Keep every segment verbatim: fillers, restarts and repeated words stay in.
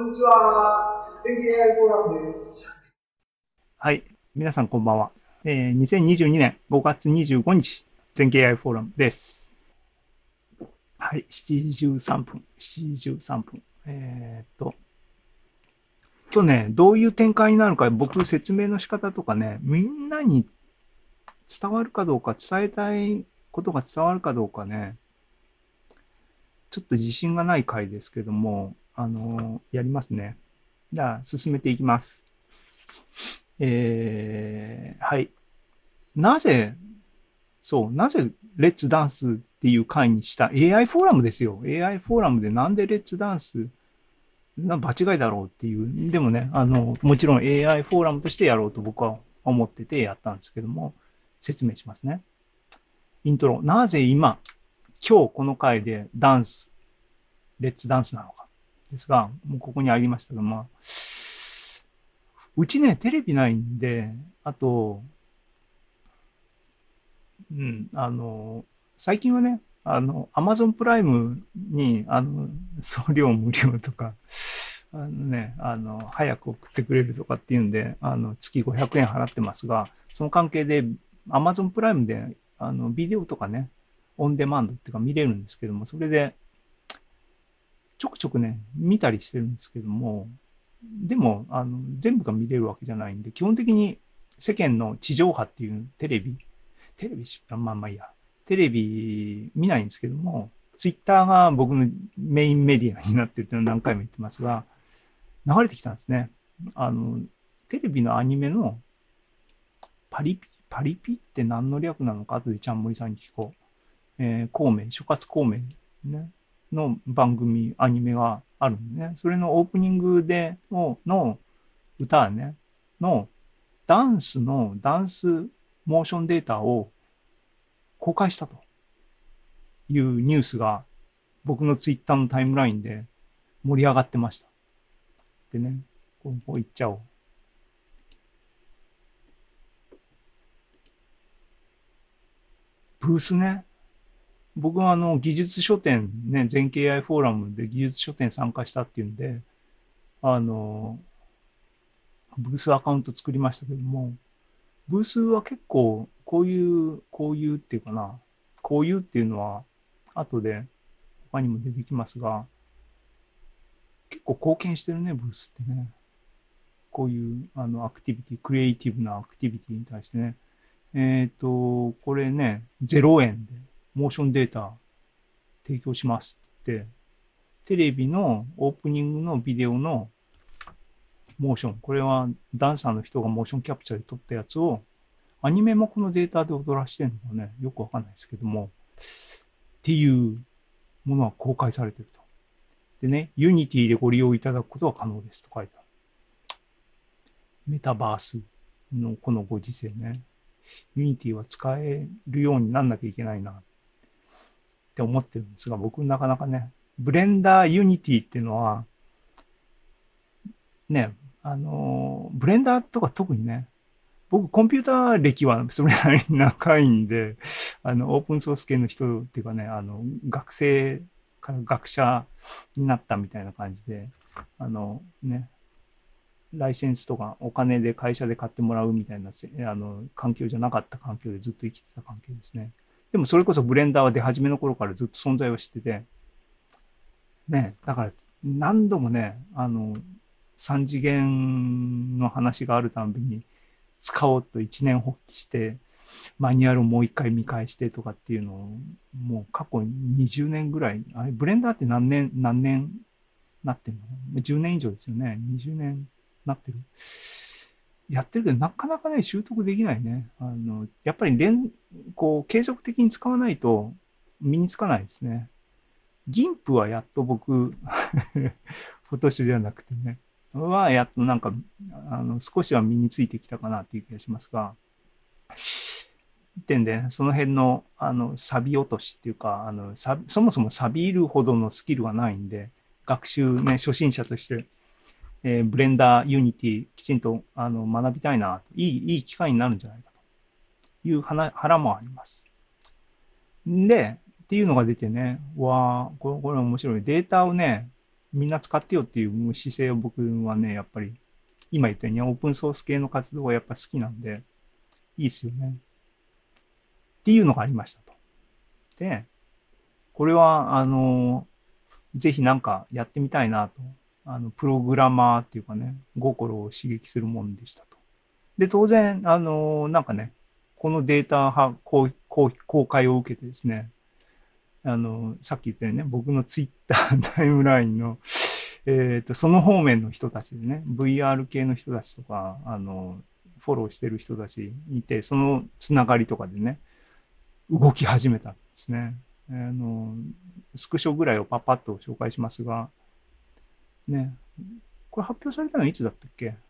にちは。全景 エーアイ フォーラムです。 はい。皆さんこんばんは。えー、にせんにじゅうにねんごがつにじゅうごにち、全経 エーアイ フォーラムです。はい。しちじじゅうさんぷん。しちじじゅうさんぷん。えーっと、今日ね、どういう展開になるか、僕、説明の仕方とかね、みんなに伝わるかどうか、伝えたいことが伝わるかどうかね、ちょっと自信がない回ですけども、あのーやりますね。じゃあ、進めていきます。えー、はい。なぜそう、なぜレッツダンスっていう会にした エーアイ フォーラムですよ。エーアイ フォーラムでなんでレッツダンスな場違いだろうっていう。でもね、あの、もちろん エーアイ フォーラムとしてやろうと僕は思っててやったんですけども、説明しますね。イントロ。なぜ今、今日この回でダンス、レッツダンスなのか。ですが、もうここにありましたが、まあ、うちね、テレビないんで、あと、うん、あの、最近はね、あの、アマゾンプライムに、あの、送料無料とか、あのね、あの、早く送ってくれるとかっていうんで、あの、月ごひゃくえん払ってますが、その関係で、アマゾンプライムで、あの、ビデオとかね、オンデマンドっていうか見れるんですけども、それで、ちょくちょくね、見たりしてるんですけども、でも、あの、全部が見れるわけじゃないんで、基本的に世間の地上波っていうテレビ、テレビし、まあまあいいや。テレビ見ないんですけども、ツイッターが僕のメインメディアになってるっていうのを何回も言ってますが、流れてきたんですね。あの、テレビのアニメのパリピ、パリピって何の略なのか後でちゃんもりさんに聞こう。えー、孔明、諸葛孔明、ね、の番組、アニメがあるんでね。それのオープニングでのの歌ね、のダンスのダンスモーションデータを公開したというニュースが僕のツイッターのタイムラインで盛り上がってました。でね、こう言っちゃおう。ブースね。僕はあの技術書店ね、全経 エーアイ フォーラムで技術書店参加したっていうんで、あの、ブースアカウント作りましたけども、ブースは結構こういう、こういうっていうかな、こういうっていうのは後で他にも出てきますが、結構貢献してるね、ブースってね。こういうあのアクティビティ、クリエイティブなアクティビティに対してね。えっ、と、これね、ゼロえんでモーションデータ提供しますって言って、テレビのオープニングのビデオのモーション、これはダンサーの人がモーションキャプチャーで撮ったやつを、アニメもこのデータで踊らしてるのかね、よくわかんないですけども、っていうものは公開されてると。でね、ユニティでご利用いただくことは可能ですと書いてある。メタバースのこのご時世ね、ユニティは使えるようになんなきゃいけないなって思ってるんですが、僕なかなかね、ブレンダーユニティっていうのは、ね、あの、ブレンダーとか特にね、僕コンピューター歴はそれなりに長いんで、あの、オープンソース系の人っていうかね、あの、学生から学者になったみたいな感じで、あのね、ライセンスとかお金で会社で買ってもらうみたいなあの環境じゃなかった環境でずっと生きてた関係ですね。でもそれこそブレンダーは出始めの頃からずっと存在を知ってて、ね、だから何度もね、あの、さん次元の話があるたびに使おうと一年発起して、マニュアルをもう一回見返してとかっていうのを、もう過去にじゅうねんぐらい、あれ、ブレンダーって何年、何年なってんの？ じゅう 年以上ですよね。にじゅうねんなってる。やってるけど、なかなかね、習得できないね。あの、やっぱり連、こう、継続的に使わないと身につかないですね。銀プはやっと僕、フォトショーじゃなくてね、はやっとなんか、あの、少しは身についてきたかなっていう気がしますが、点で、その辺の、あの、錆落としっていうか、あの、そもそも錆びるほどのスキルはないんで、学習ね、初心者としてえー、ブレンダー、ユニティ、きちんとあの学びたいな、いい、いい機会になるんじゃないかという腹もあります。で、っていうのが出てね、わあ、これ、これ面白い。データをね、 みんな使ってよっていう姿勢を僕はね、やっぱり今言ったようにオープンソース系の活動はやっぱ好きなんで、いいっすよね。っていうのがありましたと。で、これは、あの、ぜひなんかやってみたいなと。あの、プログラマーっていうかね、心を刺激するもんでしたと。で、当然、あの、なんかね、このデータは公公公開を受けてですね、あの、さっき言ったようにね、僕のツイッタータイムラインの、えっと、その方面の人たちでね、ブイアール 系の人たちとか、あの、フォローしてる人たちいて、そのつながりとかでね、動き始めたんですね。あの、スクショぐらいをパッパッと紹介しますが、ね、これ発表されたのはいつだったっけ？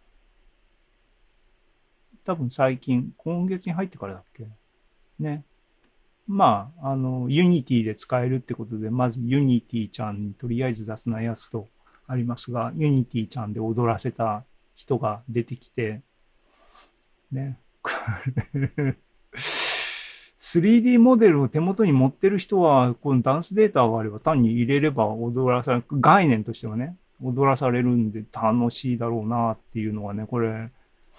多分最近、今月に入ってからだっけね。まあ、あの、Unity で使えるってことで、まず Unity ちゃんにとりあえず出すなやつとありますが、Unity ちゃんで踊らせた人が出てきて、ね。スリーディー モデルを手元に持ってる人は、このダンスデータがあれば単に入れれば踊らされる、概念としてはね、踊らされるんで楽しいだろうなっていうのはね、これ、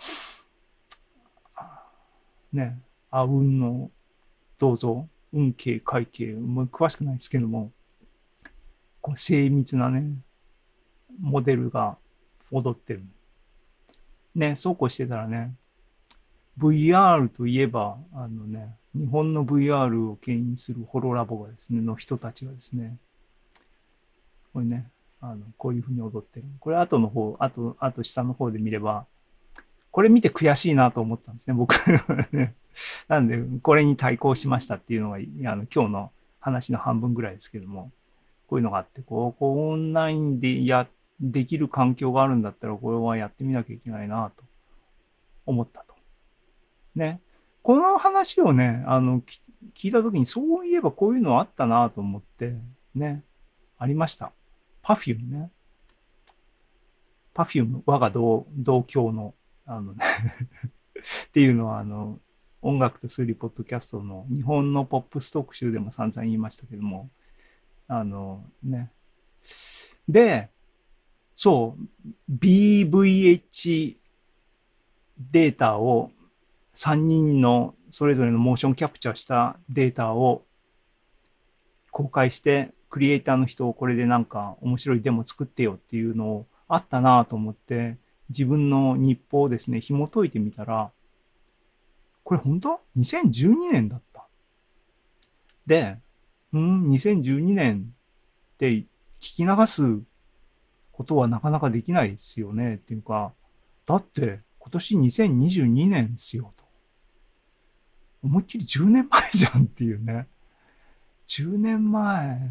ね、あうんのどうぞ、運慶、会計、もう詳しくないですけども、こう精密なね、モデルが踊ってる。ね、そうこうしてたらね、ブイアール といえば、あのね、日本の ブイアール を牽引するホロラボがですね、の人たちがですね、これね、あの、こういうふうに踊ってる。これ後の方、あと、あと下の方で見れば、これ見て悔しいなと思ったんですね、僕ね。なんで、これに対抗しましたっていうのが、あの今日の話の半分ぐらいですけども、こういうのがあって、こう、こうオンラインでや、できる環境があるんだったら、これはやってみなきゃいけないなと思ったと。ね。この話をね、あの、聞いたときに、そういえばこういうのあったなと思って、ね、ありました。Perfume ね。Perfume、我が同同郷の、あのねっていうのは、あの、音楽と数理ポッドキャストの日本のポップス特集でも散々言いましたけども、あのね。で、そう、ビーブイエイチ データをさんにんのそれぞれのモーションキャプチャーしたデータを公開して、クリエイターの人をこれでなんか面白いデモ作ってよっていうのをあったなと思って、自分の日報をですね、紐解いてみたら、これ本当 ?にせんじゅうに 年だった。で、うん、にせんじゅうにねんって聞き流すことはなかなかできないですよねっていうか、だって今年にせんにじゅうにねんですよと。思いっきりじゅうねんまえじゃんっていうね。じゅうねんまえ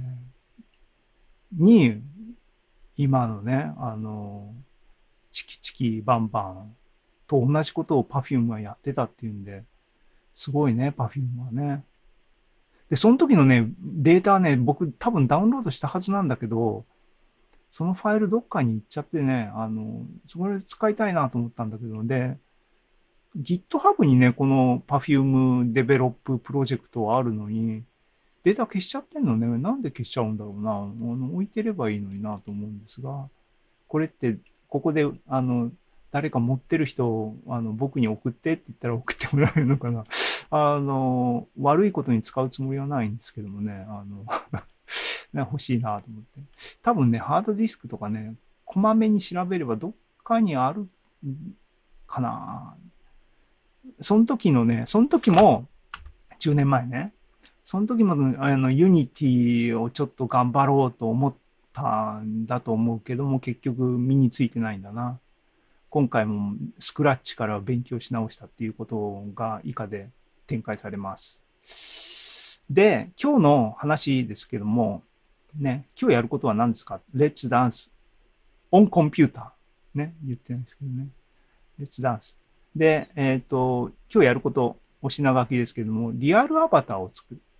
に今のね、あの、チキチキバンバンと同じことを Perfume はやってたっていうんで、すごいね、Perfume はね。で、その時のね、データはね、僕多分ダウンロードしたはずなんだけど、そのファイルどっかに行っちゃってね、あの、それ使いたいなと思ったんだけど、で、GitHub にね、この Perfume Develop プロジェクトはあるのに、データ消しちゃってんのね。なんで消しちゃうんだろうな。あの置いてればいいのになと思うんですが、これって、ここで、あの、誰か持ってる人を、あの、僕に送ってって言ったら送ってもらえるのかな。あの、悪いことに使うつもりはないんですけどもね、あのね欲しいなと思って。多分ね、ハードディスクとかね、こまめに調べればどっかにあるかな。その時のね、その時もじゅうねんまえね、その時もあのユニティをちょっと頑張ろうと思ったんだと思うけども、結局身についてないんだな。今回もスクラッチから勉強し直したっていうことが以下で展開されます。で、今日の話ですけども、ね、今日やることは何ですか？ Let's dance on computer。ね、言ってないですけどね。Let's dance。で、えっ、と、今日やること、お品書きですけども、リアルアバターを作る。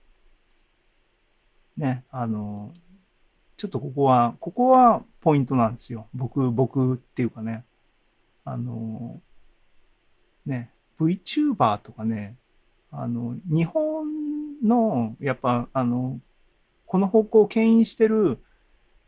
ね、あの、ちょっとここは、ここはポイントなんですよ。僕、僕っていうかね、あの、ね、VTuber とかね、あの、日本の、やっぱ、あの、この方向を牽引してる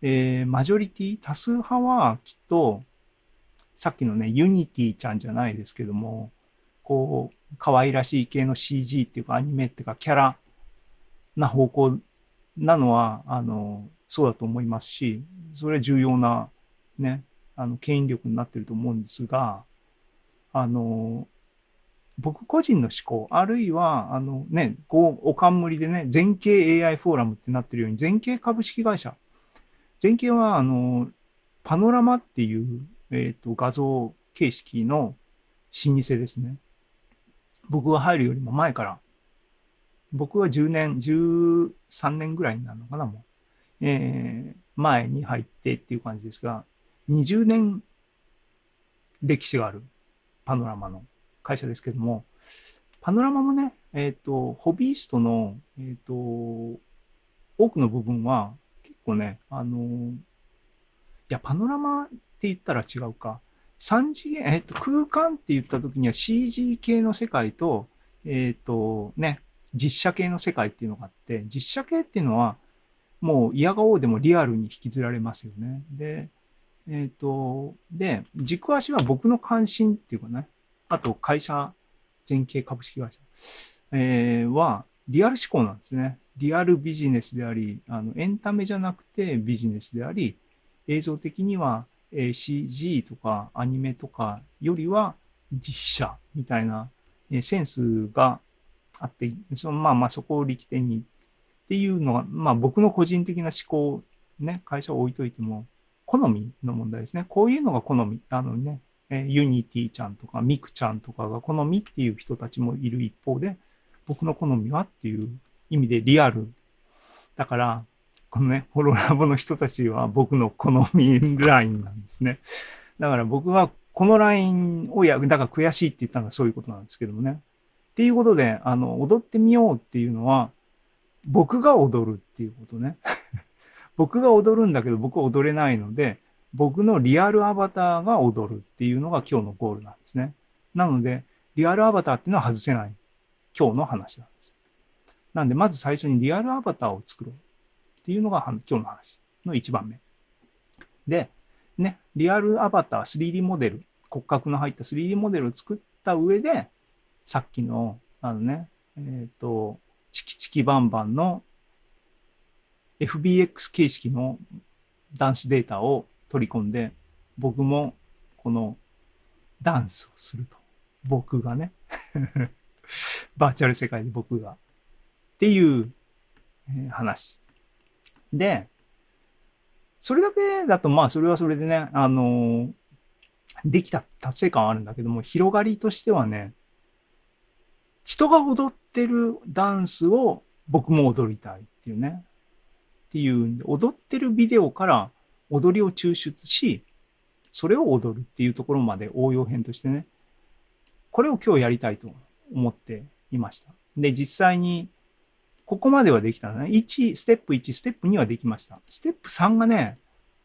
えーマジョリティ、多数派はきっと、さっきのね、ユニティちゃんじゃないですけども、こう、可愛らしい系の シージー っていうか、アニメっていうか、キャラな方向なのは、あの、そうだと思いますし、それは重要な、ね、あの、牽引力になってると思うんですが、あの、僕個人の思考、あるいは、あのね、こう、お冠でね、全景 エーアイ フォーラムってなってるように、全景株式会社。全景は、あの、パノラマっていう、えっと、画像形式の老舗ですね。僕が入るよりも前から、僕はじゅうねん、じゅうさんねんぐらいになるのかな、もう。えー前に入ってっていう感じですが、にじゅうねん歴史があるパノラマの会社ですけども、パノラマもね、えっ、と、ホビーストの、えっ、と、多くの部分は結構ね、あの、いや、パノラマって言ったら違うか。さん次元、えっ、と、空間って言った時には シージー 系の世界と、えっ、と、ね、実写系の世界っていうのがあって、実写系っていうのは、もう嫌がおうでもリアルに引きずられますよね。で、えっ、と、で、軸足は僕の関心っていうかね、あと会社、全景株式会社、えーは、リアル思考なんですね。リアルビジネスであり、あのエンタメじゃなくてビジネスであり、映像的には シージー とかアニメとかよりは実写みたいなセンスがあって、そのまあまあそこを力点にっていうのが、まあ僕の個人的な思考、ね、会社を置いといても、好みの問題ですね。こういうのが好み。あのね、ユニティちゃんとかミクちゃんとかが好みっていう人たちもいる一方で、僕の好みはっていう意味でリアル。だから、このね、ホロラボの人たちは僕の好みラインなんですね。だから僕はこのラインをや、だから悔しいって言ったのはそういうことなんですけどもね。っていうことで、あの、踊ってみようっていうのは、僕が踊るっていうことね。僕が踊るんだけど僕は踊れないので、僕のリアルアバターが踊るっていうのが今日のゴールなんですね。なので、リアルアバターっていうのは外せない今日の話なんです。なんで、まず最初にリアルアバターを作ろうっていうのが今日の話のいちばんめ。で、ね、リアルアバター、スリーディー モデル、骨格の入った スリーディー モデルを作った上で、さっきの、あのね、えっ、ー、と、チキチキバンバンの エフビーエックス 形式のダンスデータを取り込んで、僕もこのダンスをすると。僕がね。バーチャル世界で僕が。っていう話。で、それだけだと、まあ、それはそれでね、あの、できた達成感はあるんだけども、広がりとしてはね、人が踊ってるダンスを僕も踊りたいっていうね。っていうんで、踊ってるビデオから踊りを抽出し、それを踊るっていうところまで応用編としてね、これを今日やりたいと思っていました。で、実際に、ここまではできたのね。いち、ステップいち、ステップにはできました。ステップさんがね、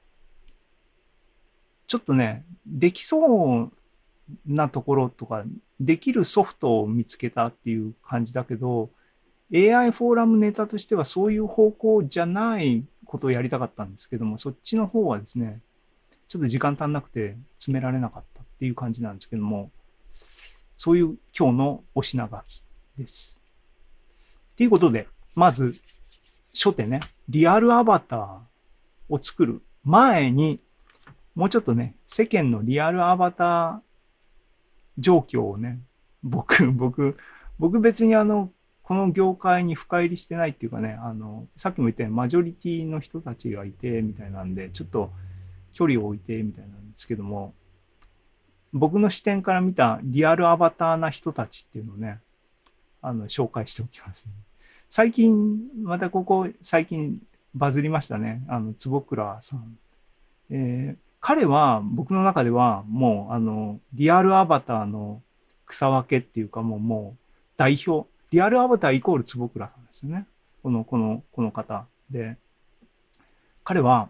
ちょっとね、できそうなところとか、できるソフトを見つけたっていう感じだけど、エーアイ フォーラムネタとしてはそういう方向じゃないことをやりたかったんですけども、そっちの方はですね、ちょっと時間足んなくて詰められなかったっていう感じなんですけども、そういう今日のお品書きです。ということで、まず、初手ね、リアルアバターを作る前に、もうちょっとね、世間のリアルアバター状況をね、僕、僕、僕別にあの、この業界に深入りしてないっていうかね、あの、さっきも言ったようにマジョリティの人たちがいて、みたいなんで、ちょっと距離を置いて、みたいなんですけども、僕の視点から見たリアルアバターな人たちっていうのをね、あの、紹介しておきます、ね。最近、またここ、最近バズりましたね。あの、坪倉さん。えー、彼は僕の中ではもう、あの、リアルアバターの草分けっていうかもう、もう代表。リアルアバターイコール坪倉さんですよね。この、この、この方。で、彼は、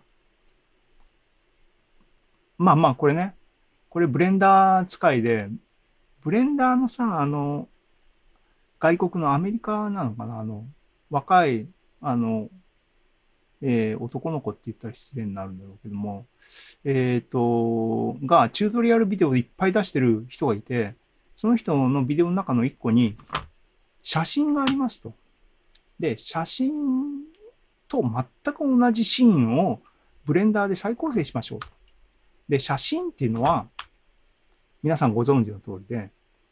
まあまあこれね、これブレンダー使いで、ブレンダーのさ、あの、外国のアメリカなのかな、あの、若い、あの、 えー男の子って言ったら失礼になるんだろうけども、えっと、が、チュートリアルビデオでいっぱい出してる人がいて、その人のビデオの中の一個に、写真がありますと。で、写真と全く同じシーンをブレンダーで再構成しましょうと。で、写真っていうのは、皆さんご存知の通りで、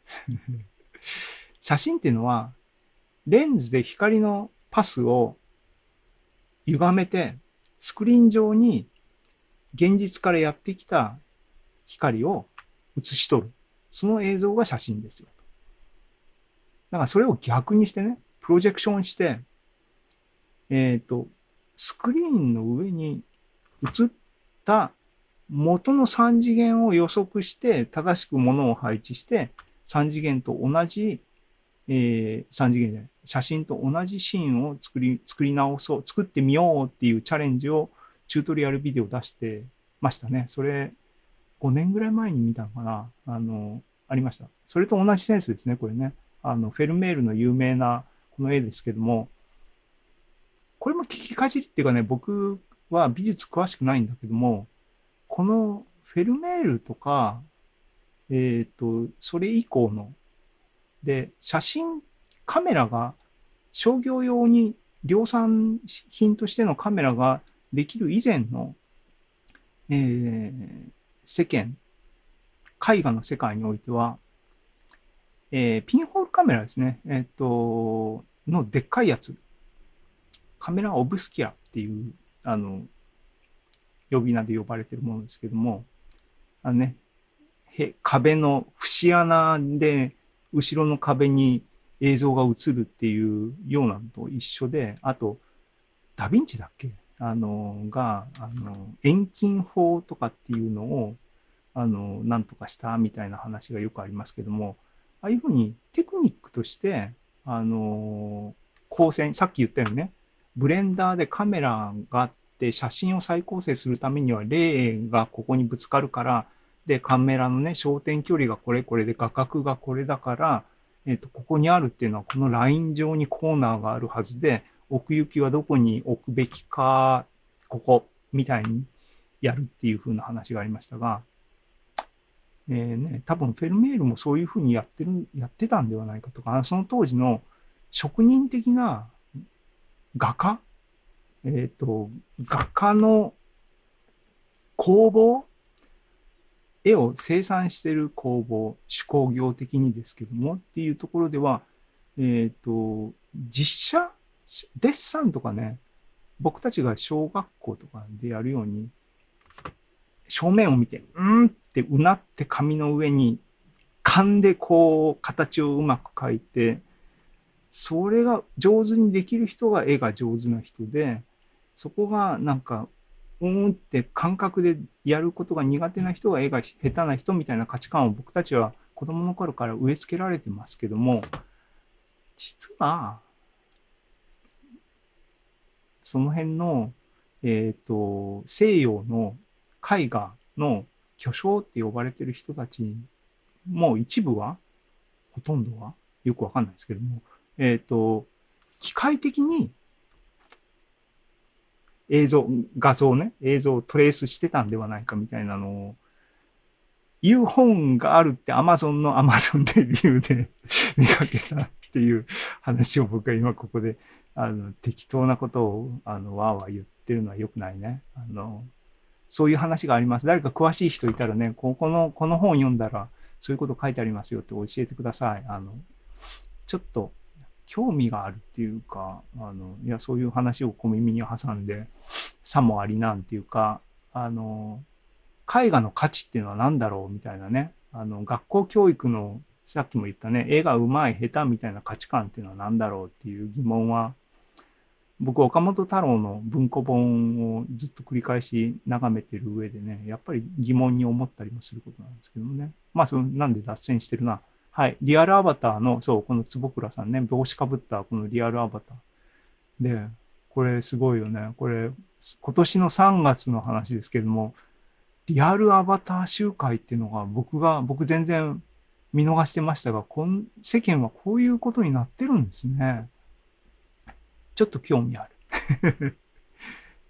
写真っていうのは、レンズで光のパスを歪めて、スクリーン上に現実からやってきた光を写し取る。その映像が写真ですよ。だからそれを逆にしてね、プロジェクションして、えっと、スクリーンの上に映った元のさん次元を予測して、正しく物を配置して、さん次元と同じ、えー、さん次元じゃない、写真と同じシーンを作り、作り直そう、作ってみようっていうチャレンジをチュートリアルビデオ出してましたね。それ、ごねんぐらい前に見たのかな。あの、ありました。それと同じセンスですね、これね。あの、フェルメールの有名なこの絵ですけども、これも聞きかじりっていうかね、僕は美術詳しくないんだけども、このフェルメールとか、えっと、それ以降の、で、写真、カメラが商業用に量産品としてのカメラができる以前の、えー世間、絵画の世界においては、えーピンホールカメラですね。えっと、のでっかいやつ。カメラオブスキュアっていう、あの、呼び名で呼ばれてるものですけども、あのね、壁の節穴で後ろの壁に映像が映るっていうようなのと一緒で、あと、ダヴィンチだっけあの、が、あの、遠近法とかっていうのを、あの、なんとかしたみたいな話がよくありますけども、ああいうふうにテクニックとして、あの、光線、さっき言ったようにね、ブレンダーでカメラがあって写真を再構成するためにはレーがここにぶつかるから、で、カメラのね、焦点距離がこれこれで画角がこれだから、えっと、ここにあるっていうのはこのライン上にコーナーがあるはずで、奥行きはどこに置くべきか、ここ、みたいにやるっていう風な話がありましたが、えーね、多分フェルメールもそういうふうにやってる、やってたんではないかとか、その当時の職人的な画家、えっと、画家の工房、絵を生産している工房、手工業的にですけどもっていうところでは、えっと、実写、デッサンとかね、僕たちが小学校とかでやるように、正面を見て、うんってうなって紙の上に勘でこう形をうまく描いて、それが上手にできる人が絵が上手な人で、そこがなんか、うーんって感覚でやることが苦手な人が絵が下手な人みたいな価値観を僕たちは子供の頃から植え付けられてますけども、実は、その辺の、えっと、西洋の絵画の巨匠って呼ばれてる人たちも一部は、ほとんどは、よくわかんないですけども、えっと、機械的に映像、画像ね、映像をトレースしてたんではないかみたいなのを、いう本があるって Amazon の Amazon レビューで見かけたっていう話を僕は今ここで、あの、適当なことを、あの、わーわー言ってるのは良くないね。あの、そういう話があります。誰か詳しい人いたらね、ここの、この本読んだら、そういうこと書いてありますよって教えてください。あの、ちょっと、興味があるっていうか、あの、いや、そういう話を小耳に挟んで、さもありなんていうか、あの、絵画の価値っていうのは何だろうみたいなね、あの、学校教育の、さっきも言ったね、絵が上手い下手みたいな価値観っていうのは何だろうっていう疑問は、僕、岡本太郎の文庫本をずっと繰り返し眺めてる上でね、やっぱり疑問に思ったりもすることなんですけどもね。まあ、その、なんで脱線してるな。はい。リアルアバターの、そう、この坪倉さんね、帽子かぶったこのリアルアバター。で、これすごいよね。これ、今年のさんがつの話ですけども、リアルアバター集会っていうのが僕が、僕全然見逃してましたが、こん世間はこういうことになってるんですね。ちょっと興味ある。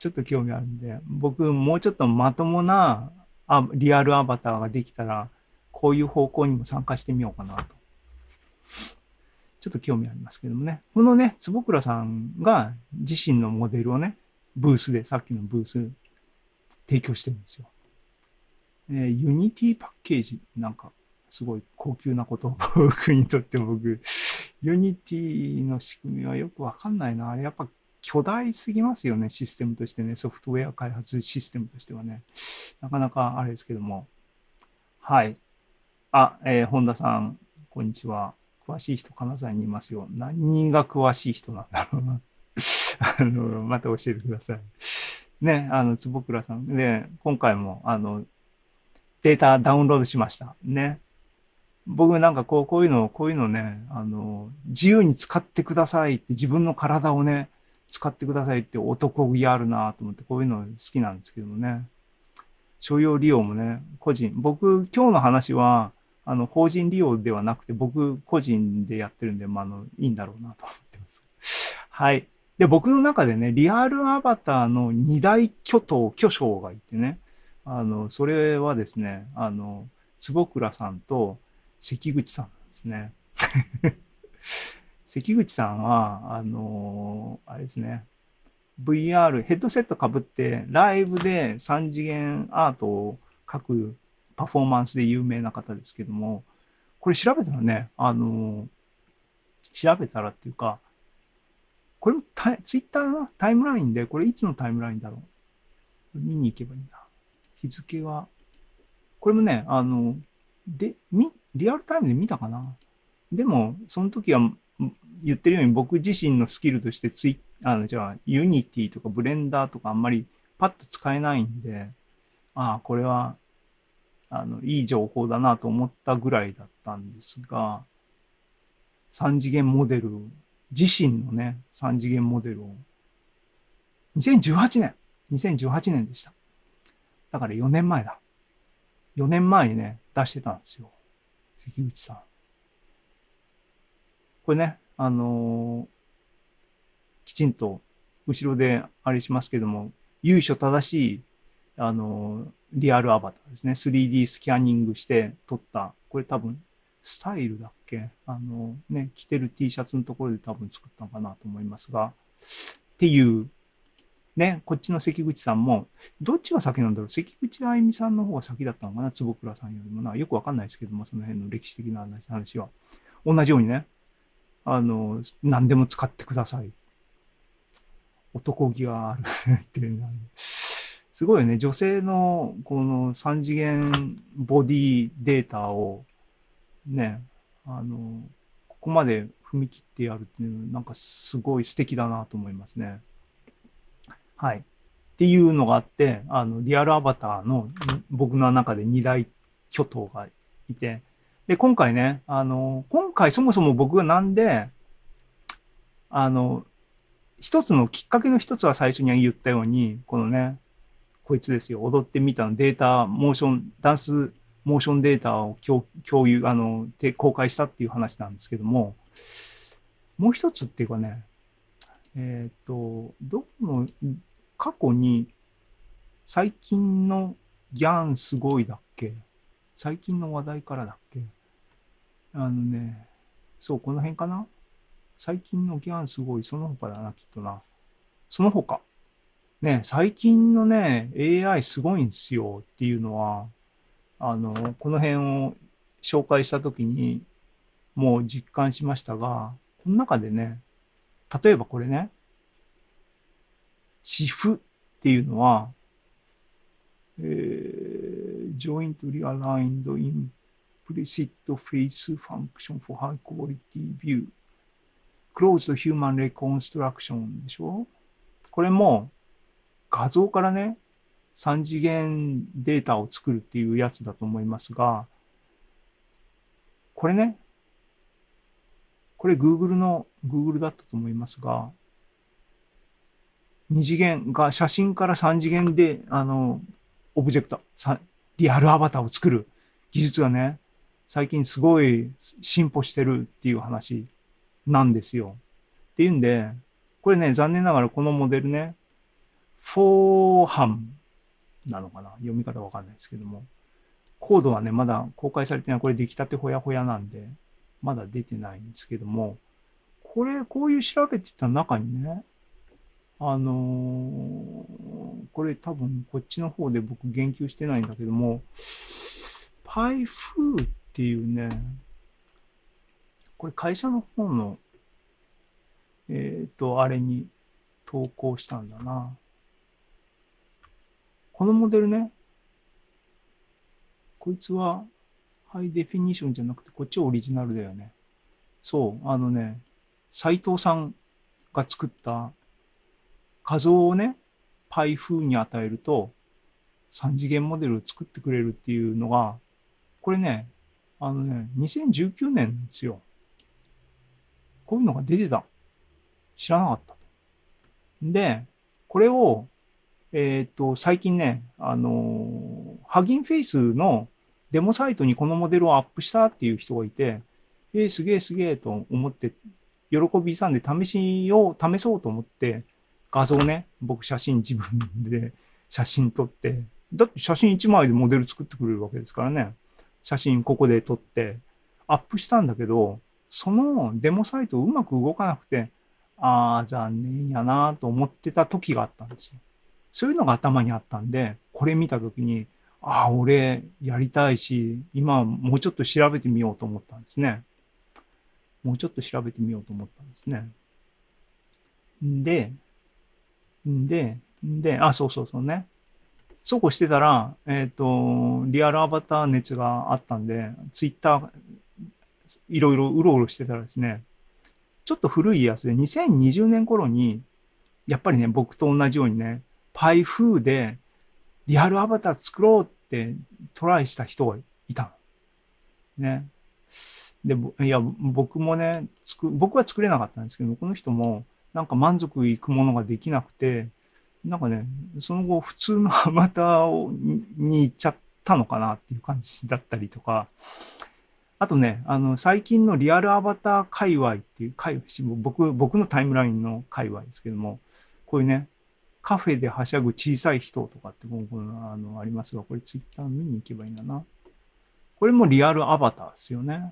ちょっと興味あるんで、僕もうちょっとまともなあリアルアバターができたら、こういう方向にも参加してみようかなと。ちょっと興味ありますけどもね。このね、坪倉さんが自身のモデルをね、ブースで、さっきのブース提供してるんですよ。えー、ユニティパッケージ、なんか、すごい高級なことを僕にとって僕、ユニティの仕組みはよくわかんないな。あれやっぱ巨大すぎますよね、システムとしてね、ソフトウェア開発システムとしてはね。なかなかあれですけども。はい。あ、えー、本田さん、こんにちは。詳しい人、金沢にいますよ。何が詳しい人なんだろうな。あの、また教えてください。ね、あの、坪倉さん。で、今回も、あの、データダウンロードしました。ね。僕なんかこう、こういうの、こういうのね、あの、自由に使ってくださいって、自分の体をね、使ってくださいって男気あるなと思って、こういうの好きなんですけどもね。商用利用もね、個人、僕、今日の話は、あの、法人利用ではなくて、僕、個人でやってるんで、まあ、あの、いいんだろうなと思ってます。はい。で、僕の中でね、リアルアバターの二大巨頭、巨匠がいてね、あの、それはですね、あの、坪倉さんと関口さんなんですね。関口さんは、あの、あれですね、ブイアール、ヘッドセットかぶって、ライブでさん次元アートを描くパフォーマンスで有名な方ですけども、これ調べたらね、あの、調べたらっていうか、これもツイッターのタイムラインで、これいつのタイムラインだろう。見に行けばいいんだ。日付は、これもね、あの、で、み、リアルタイムで見たかな。でも、その時は言ってるように僕自身のスキルとしてツイあの、じゃあ、ユニティとかブレンダーとかあんまりパッと使えないんで、ああ、これは、あの、いい情報だなと思ったぐらいだったんですが、さん次元モデル、自身のね、さん次元モデルを、にせんじゅうはちねん、にせんじゅうはちねんでした。だからよねんまえだ。よねんまえにね、出してたんですよ。関口さん。これね、あのーきちんと後ろであれしますけども、由緒正しい、あの、リアルアバターですね。スリーディー スキャニングして撮った、これ多分、スタイルだっけあの、ね、着てる T シャツのところで多分作ったのかなと思いますが、っていう、ね、こっちの関口さんも、どっちが先なんだろう関口あゆみさんの方が先だったのかな坪倉さんよりもな。よくわかんないですけども、その辺の歴史的な話は。同じようにね、あの、何でも使ってください。男気があるっていうのは、すごいよね。女性のこのさん次元ボディデータをね、あの、ここまで踏み切ってやるっていう、なんかすごい素敵だなと思いますね。はい。っていうのがあって、あの、リアルアバターの僕の中で二大巨頭がいて、で、今回ね、あの、今回そもそも僕がなんで、あの、一つのきっかけの一つは最初に言ったように、このね、こいつですよ、踊ってみたのデータ、モーション、ダンスモーションデータを共有、あの、公開したっていう話なんですけども、もう一つっていうかね、えっ、ー、と、どこの、過去に最近のギャンすごいだっけ最近の話題からだっけあのね、そう、この辺かな最近のギャンすごい、その他だな、きっとな。その他。ね、最近のね、エーアイ すごいんですよっていうのは、あの、この辺を紹介したときにもう実感しましたが、この中でね、例えばこれね、チフっていうのは、えー、jointly aligned implicit face function for high quality view closed human reconstruction でしょこれも画像からね、さん次元データを作るっていうやつだと思いますが、これね、これ Google の Google だったと思いますが、に次元が写真からさん次元で、あの、オブジェクト、リアルアバターを作る技術がね、最近すごい進歩してるっていう話なんですよ。っていうんで、これね、残念ながらこのモデルね、 フォーハンなのかな、読み方わかんないですけども、コードはね、まだ公開されてない。これ出来たてほやほやなんで、まだ出てないんですけども、これ、こういう調べてた中にね、あのーこれ多分こっちの方で僕言及してないんだけども、パイフーっていうね、これ会社の方の、えっと、あれに投稿したんだな。このモデルね、こいつはハイデフィニッションじゃなくてこっちオリジナルだよね。そう、あのね、斉藤さんが作った画像をね、パイフーに与えるとさん次元モデルを作ってくれるっていうのが、これね、あのね、にせんじゅうきゅうねんですよ。こういうのが出てた。知らなかった。で、これを、えっと、最近ね、あの、ハギンフェイスのデモサイトにこのモデルをアップしたっていう人がいて、えー、すげえすげえと思って、喜びさんで試しを試そうと思って、画像ね、僕写真自分で写真撮って、だって写真いちまいでモデル作ってくれるわけですからね。写真ここで撮って、アップしたんだけど、そのデモサイトうまく動かなくて、ああ、残念やなと思ってた時があったんですよ。そういうのが頭にあったんで、これ見た時に、ああ、俺やりたいし、今もうちょっと調べてみようと思ったんですね。もうちょっと調べてみようと思ったんですね。んで、んで、んで、あ、そうそうそうね。そうこうしてたら、えっと、リアルアバター熱があったんで、ツイッターいろいろうろうろしてたらですね、ちょっと古いやつでにせんにじゅうねん頃に、やっぱりね、僕と同じようにね、パイフーでリアルアバター作ろうってトライした人がいたの。ね。で、いや、僕もね、つく、僕は作れなかったんですけど、この人もなんか満足いくものができなくて、なんかね、その後普通のアバターをに行っちゃったのかなっていう感じだったりとか、あとね、あの、最近のリアルアバター界隈っていう、界隈、僕、僕のタイムラインの界隈ですけども、こういうね、カフェではしゃぐ小さい人とかってこのあのありますが、これツイッター見に行けばいいんだな。これもリアルアバターですよね。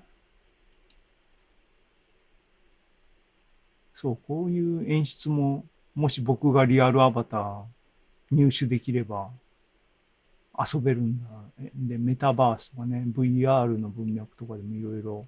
そう、こういう演出も、もし僕がリアルアバター入手できれば遊べるんだ。で、メタバースとかね、ブイアール の文脈とかでもいろいろ。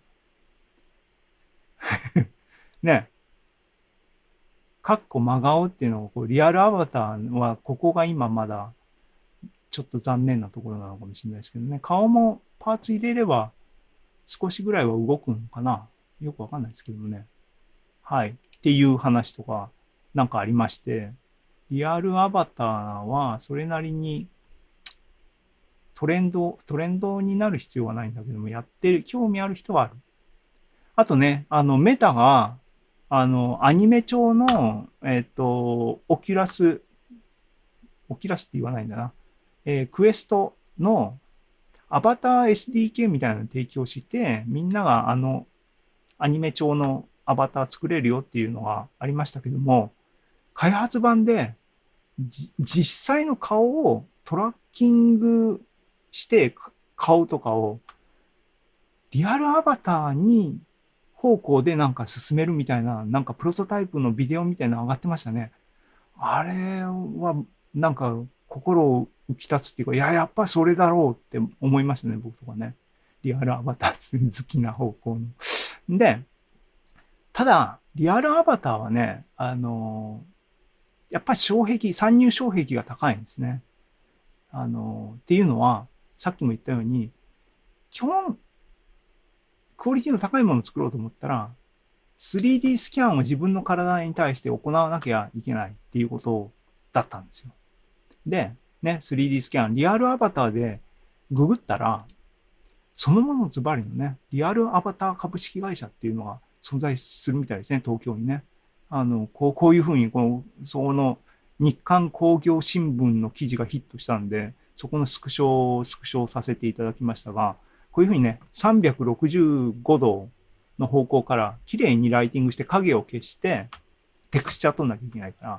ね、かっこ真顔っていうのをこうリアルアバターはここが今まだちょっと残念なところなのかもしれないですけどね。顔もパーツ入れれば少しぐらいは動くのかな。よくわかんないですけどもね。はい。っていう話とかなんかありまして、リアルアバターはそれなりにトレンド、トレンドになる必要はないんだけども、やってる、興味ある人はある。あとね、あの、メタが、あの、アニメ調の、えっと、オキュラス、オキュラスって言わないんだな。えークエストのアバター エスディーケー みたいなのを提供して、みんながあの、アニメ調のアバター作れるよっていうのがありましたけども、開発版で実際の顔をトラッキングして顔とかをリアルアバターに方向でなんか進めるみたいな、なんかプロトタイプのビデオみたいなの上がってましたね。あれはなんか心を浮き立つっていうか、いや、やっぱそれだろうって思いましたね、僕とかね。リアルアバター好きな方向の。で、ただ、リアルアバターはね、あの、やっぱり障壁、参入障壁が高いんですね。あの、っていうのは、さっきも言ったように、基本、クオリティの高いものを作ろうと思ったら、スリーディー スキャンを自分の体に対して行わなきゃいけないっていうことだったんですよ。で、ね、スリーディー スキャン、リアルアバターでググったら、そのものズバリのね、リアルアバター株式会社っていうのが存在するみたいですね、東京にね。あの、こう、こういうふうに、この、その、日刊工業新聞の記事がヒットしたんで、そこのスクショをスクショさせていただきましたが、こういうふうにね、さんびゃくろくじゅうごどの方向から綺麗にライティングして影を消して、テクスチャー取んなきゃいけないから、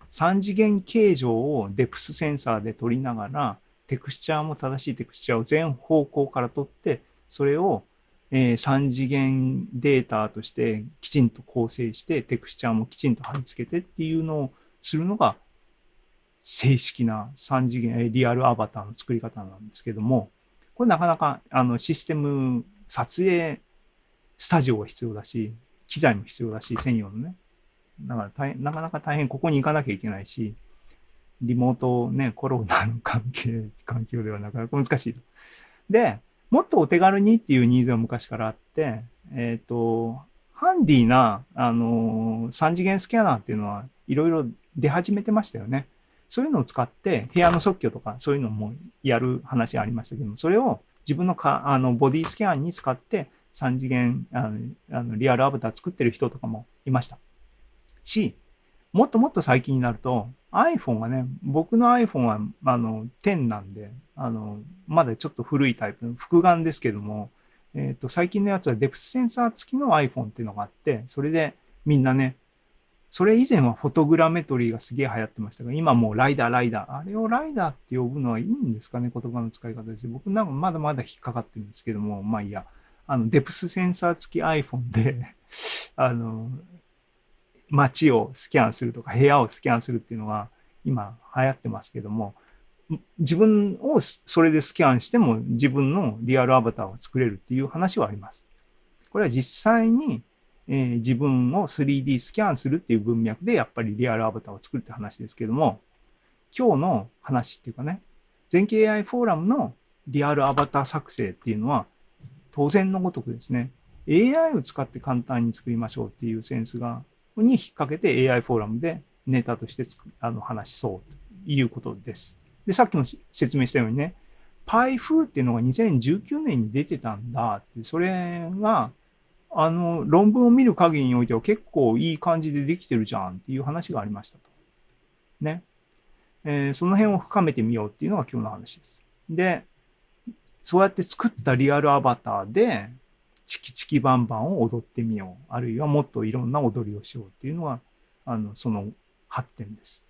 さん次元形状をデプスセンサーで撮りながら、テクスチャーも正しいテクスチャーを全方向から撮って、それを、えー、さん次元データとしてきちんと構成して、テクスチャーもきちんと貼り付けてっていうのをするのが、正式なさん次元リアルアバターの作り方なんですけども、これなかなかあのシステム、撮影スタジオが必要だし、機材も必要だし、専用のね。だから大変なかなか大変、ここに行かなきゃいけないし、リモートね、コロナの関係、環境ではなかなか難しい。で、もっとお手軽にっていうニーズは昔からあって、えっ、ー、と、ハンディな、あのー、さん次元スキャナーっていうのはいろいろ出始めてましたよね。そういうのを使って部屋の即興とかそういうのもやる話ありましたけども、それを自分のかあのボディスキャンに使ってさん次元あのあのリアルアバター作ってる人とかもいましたし、もっともっと最近になると iPhone がね、僕の iPhone はあのじゅうなんで、あのまだちょっと古いタイプ、複眼ですけども、えっと最近のやつはデプスセンサー付きの iPhone っていうのがあって、それでみんなね、それ以前はフォトグラメトリーがすげえ流行ってましたが、今もうライダー、ライダー。あれをライダーって呼ぶのはいいんですかね、言葉の使い方です。僕なんかまだまだ引っかかってるんですけども、まあいいや。あの、デプスセンサー付き iPhone であの、街をスキャンするとか、部屋をスキャンするっていうのが今流行ってますけども、自分をそれでスキャンしても自分のリアルアバターを作れるっていう話はあります。これは実際にえー、自分を スリーディー スキャンするっていう文脈でやっぱりリアルアバターを作るって話ですけども、今日の話っていうかね、全景 エーアイ フォーラムのリアルアバター作成っていうのは当然のごとくですね、エーアイ を使って簡単に作りましょうっていうセンスがに引っ掛けて エーアイ フォーラムでネタとしてあの話しそうということです。で、さっきも説明したようにね、パイフー っていうのがにせんじゅうきゅうねんに出てたんだって、それがあの、論文を見る限りにおいては結構いい感じでできてるじゃんっていう話がありましたと。ね。えー、その辺を深めてみようっていうのが今日の話です。で、そうやって作ったリアルアバターで、チキチキバンバンを踊ってみよう。あるいはもっといろんな踊りをしようっていうのが、あの、その発展です。